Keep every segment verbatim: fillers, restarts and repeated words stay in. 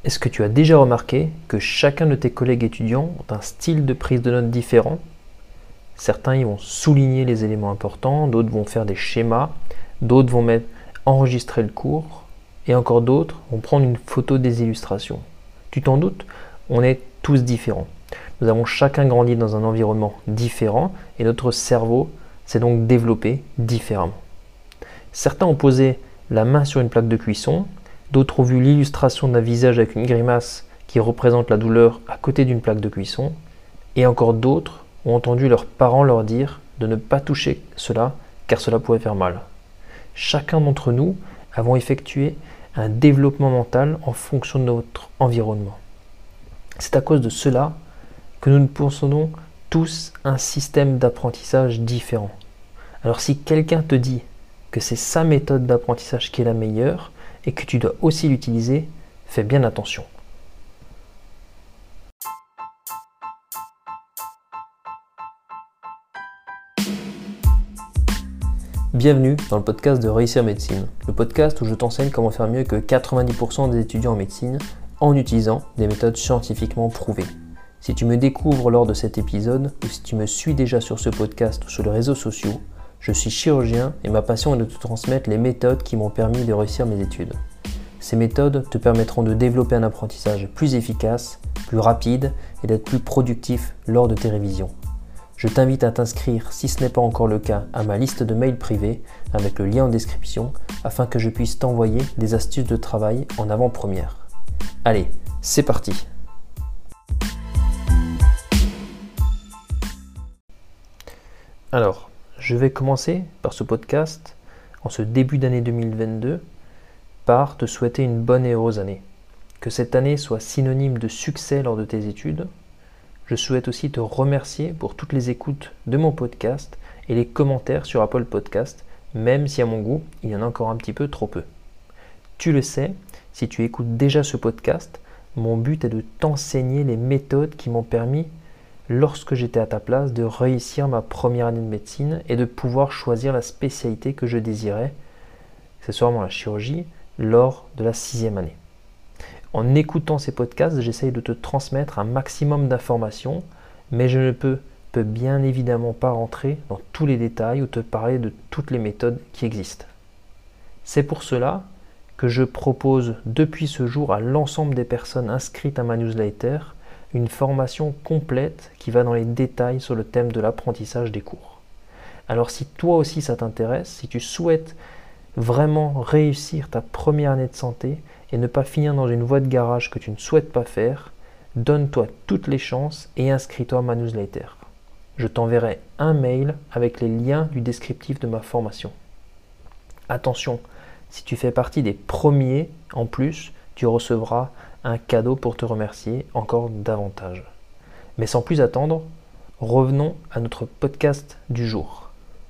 Est-ce que tu as déjà remarqué que chacun de tes collègues étudiants ont un style de prise de notes différent? Certains ils vont souligner les éléments importants, d'autres vont faire des schémas, d'autres vont mettre enregistrer le cours, et encore d'autres vont prendre une photo des illustrations. Tu t'en doutes, on est tous différents. Nous avons chacun grandi dans un environnement différent et notre cerveau s'est donc développé différemment. Certains ont posé la main sur une plaque de cuisson, d'autres ont vu l'illustration d'un visage avec une grimace qui représente la douleur à côté d'une plaque de cuisson, et encore d'autres ont entendu leurs parents leur dire de ne pas toucher cela car cela pouvait faire mal. Chacun d'entre nous avons effectué un développement mental en fonction de notre environnement. C'est à cause de cela que nous possédons tous un système d'apprentissage différent. Alors si quelqu'un te dit que c'est sa méthode d'apprentissage qui est la meilleure et que tu dois aussi l'utiliser, fais bien attention. Bienvenue dans le podcast de Réussir Médecine, le podcast où je t'enseigne comment faire mieux que quatre-vingt-dix pour cent des étudiants en médecine en utilisant des méthodes scientifiquement prouvées. Si tu me découvres lors de cet épisode ou si tu me suis déjà sur ce podcast ou sur les réseaux sociaux, je suis chirurgien et ma passion est de te transmettre les méthodes qui m'ont permis de réussir mes études. Ces méthodes te permettront de développer un apprentissage plus efficace, plus rapide et d'être plus productif lors de tes révisions. Je t'invite à t'inscrire, si ce n'est pas encore le cas, à ma liste de mails privés avec le lien en description afin que je puisse t'envoyer des astuces de travail en avant-première. Allez, c'est parti! Alors, je vais commencer par ce podcast, en ce début d'année deux mille vingt-deux, par te souhaiter une bonne et heureuse année. Que cette année soit synonyme de succès lors de tes études. Je souhaite aussi te remercier pour toutes les écoutes de mon podcast et les commentaires sur Apple Podcast, même si à mon goût, il y en a encore un petit peu trop peu. Tu le sais, si tu écoutes déjà ce podcast, mon but est de t'enseigner les méthodes qui m'ont permis, lorsque j'étais à ta place, de réussir ma première année de médecine et de pouvoir choisir la spécialité que je désirais, accessoirement la chirurgie, lors de la sixième année. En écoutant ces podcasts, j'essaye de te transmettre un maximum d'informations, mais je ne peux, peux bien évidemment pas rentrer dans tous les détails ou te parler de toutes les méthodes qui existent. C'est pour cela que je propose depuis ce jour à l'ensemble des personnes inscrites à ma newsletter une formation complète qui va dans les détails sur le thème de l'apprentissage des cours. Alors si toi aussi ça t'intéresse, si tu souhaites vraiment réussir ta première année de santé et ne pas finir dans une voie de garage que tu ne souhaites pas faire, donne-toi toutes les chances et inscris-toi à ma newsletter. Je t'enverrai un mail avec les liens du descriptif de ma formation. Attention, si tu fais partie des premiers, en plus, tu recevras un cadeau pour te remercier encore davantage. Mais sans plus attendre, revenons à notre podcast du jour.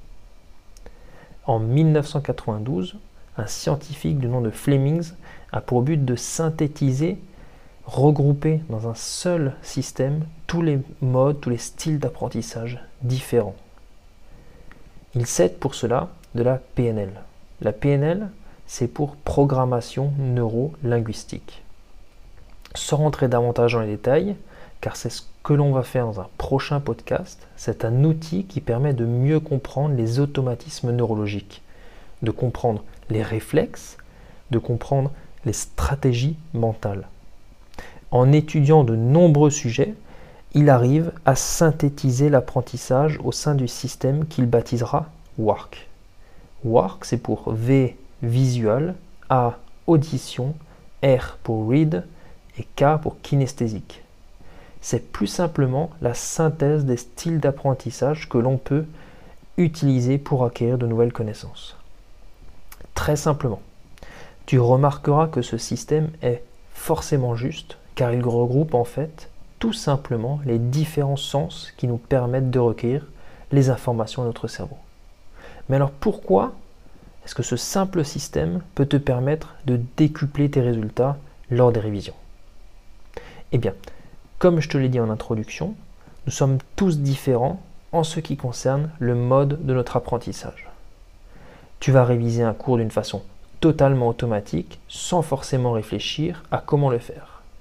En mille neuf cent quatre-vingt-douze, un scientifique du nom de Fleming a pour but de synthétiser, regrouper dans un seul système tous les modes, tous les styles d'apprentissage différents. Il s'aide pour cela de la P N L. La P N L, c'est pour programmation neuro-linguistique. Sans rentrer davantage dans les détails, car c'est ce que l'on va faire dans un prochain podcast, c'est un outil qui permet de mieux comprendre les automatismes neurologiques, de comprendre les réflexes, de comprendre les stratégies mentales. En étudiant de nombreux sujets, il arrive à synthétiser l'apprentissage au sein du système qu'il baptisera W A R C. W A R C, c'est pour V, visual, A, audition, R pour read et K pour kinesthésique. C'est plus simplement la synthèse des styles d'apprentissage que l'on peut utiliser pour acquérir de nouvelles connaissances. Très simplement, tu remarqueras que ce système est forcément juste car il regroupe en fait tout simplement les différents sens qui nous permettent de recueillir les informations à notre cerveau. Mais alors pourquoi est-ce que ce simple système peut te permettre de décupler tes résultats lors des révisions? Eh bien, comme je te l'ai dit en introduction, nous sommes tous différents en ce qui concerne le mode de notre apprentissage. Tu vas réviser un cours d'une façon totalement automatique, sans forcément réfléchir à comment le faire.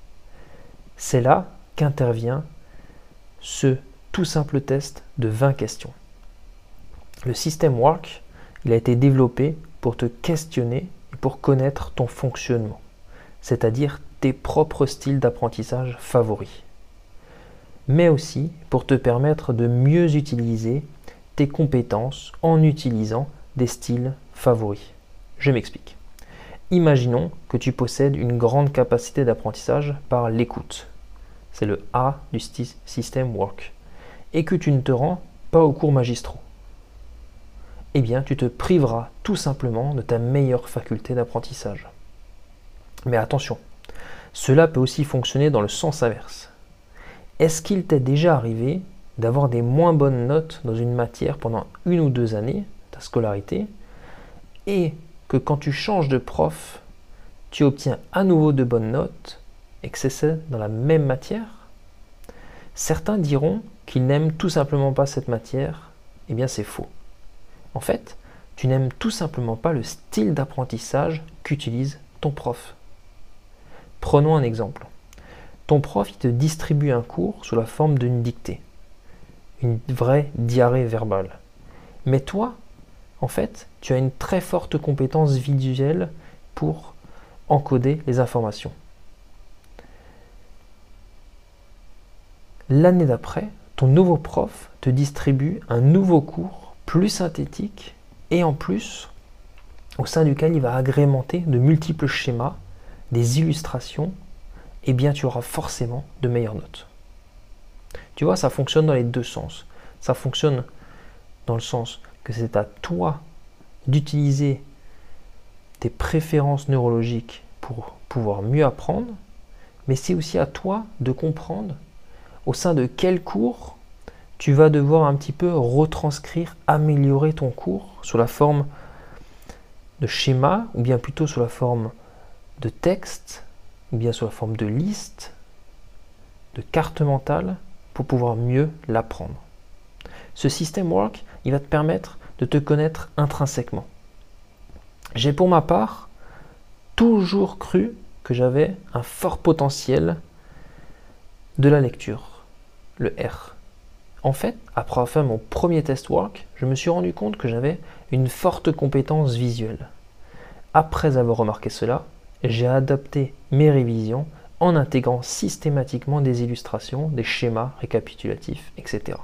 C'est là qu'intervient ce tout simple test de vingt questions. Le système Work, il a été développé pour te questionner et pour connaître ton fonctionnement, c'est-à-dire tes propres styles d'apprentissage favoris, mais aussi pour te permettre de mieux utiliser tes compétences en utilisant des styles favoris. Je m'explique. Imaginons que tu possèdes une grande capacité d'apprentissage par l'écoute. C'est le A du système Work. Et que tu ne te rends pas aux cours magistraux. Eh bien, tu te priveras tout simplement de ta meilleure faculté d'apprentissage. Mais attention, cela peut aussi fonctionner dans le sens inverse. Est-ce qu'il t'est déjà arrivé d'avoir des moins bonnes notes dans une matière pendant une ou deux années, ta scolarité, et que quand tu changes de prof, tu obtiens à nouveau de bonnes notes et que c'est dans la même matière? Certains diront qu'ils n'aiment tout simplement pas cette matière. Eh bien, c'est faux. En fait, tu n'aimes tout simplement pas le style d'apprentissage qu'utilise ton prof. Prenons un exemple. Ton prof il te distribue un cours sous la forme d'une dictée, une vraie diarrhée verbale. Mais toi, en fait, tu as une très forte compétence visuelle pour encoder les informations. L'année d'après, ton nouveau prof te distribue un nouveau cours plus synthétique et en plus, au sein duquel il va agrémenter de multiples schémas, des illustrations, et bien tu auras forcément de meilleures notes. Tu vois, ça fonctionne dans les deux sens. Ça fonctionne dans le sens que c'est à toi d'utiliser tes préférences neurologiques pour pouvoir mieux apprendre, mais c'est aussi à toi de comprendre au sein de quel cours tu vas devoir un petit peu retranscrire, améliorer ton cours sous la forme de schéma, ou bien plutôt sous la forme de texte, ou bien sous la forme de liste, de carte mentale, pour pouvoir mieux l'apprendre. Ce système Work, il va te permettre de te connaître intrinsèquement. J'ai pour ma part toujours cru que j'avais un fort potentiel de la lecture, le R. En fait, après avoir fait mon premier test Work, je me suis rendu compte que j'avais une forte compétence visuelle. Après avoir remarqué cela, j'ai adapté mes révisions en intégrant systématiquement des illustrations, des schémas récapitulatifs, et cetera.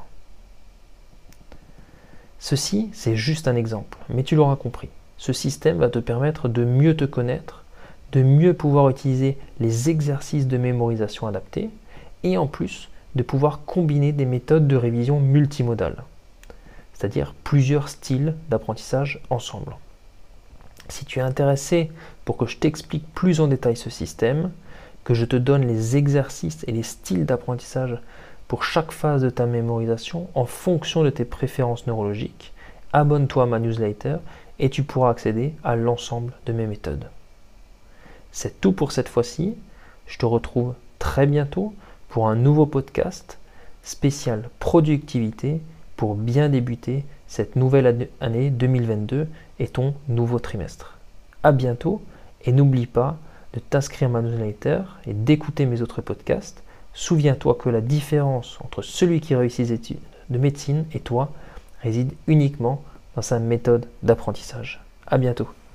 Ceci, c'est juste un exemple, mais tu l'auras compris. Ce système va te permettre de mieux te connaître, de mieux pouvoir utiliser les exercices de mémorisation adaptés et en plus de pouvoir combiner des méthodes de révision multimodales, c'est-à-dire plusieurs styles d'apprentissage ensemble. Si tu es intéressé pour que je t'explique plus en détail ce système, que je te donne les exercices et les styles d'apprentissage pour chaque phase de ta mémorisation en fonction de tes préférences neurologiques, abonne-toi à ma newsletter et tu pourras accéder à l'ensemble de mes méthodes. C'est tout pour cette fois-ci. Je te retrouve très bientôt pour un nouveau podcast spécial productivité pour bien débuter cette nouvelle année deux mille vingt-deux et ton nouveau trimestre. À bientôt et n'oublie pas de t'inscrire à ma newsletter et d'écouter mes autres podcasts. Souviens-toi que la différence entre celui qui réussit ses études de médecine et toi réside uniquement dans sa méthode d'apprentissage. À bientôt.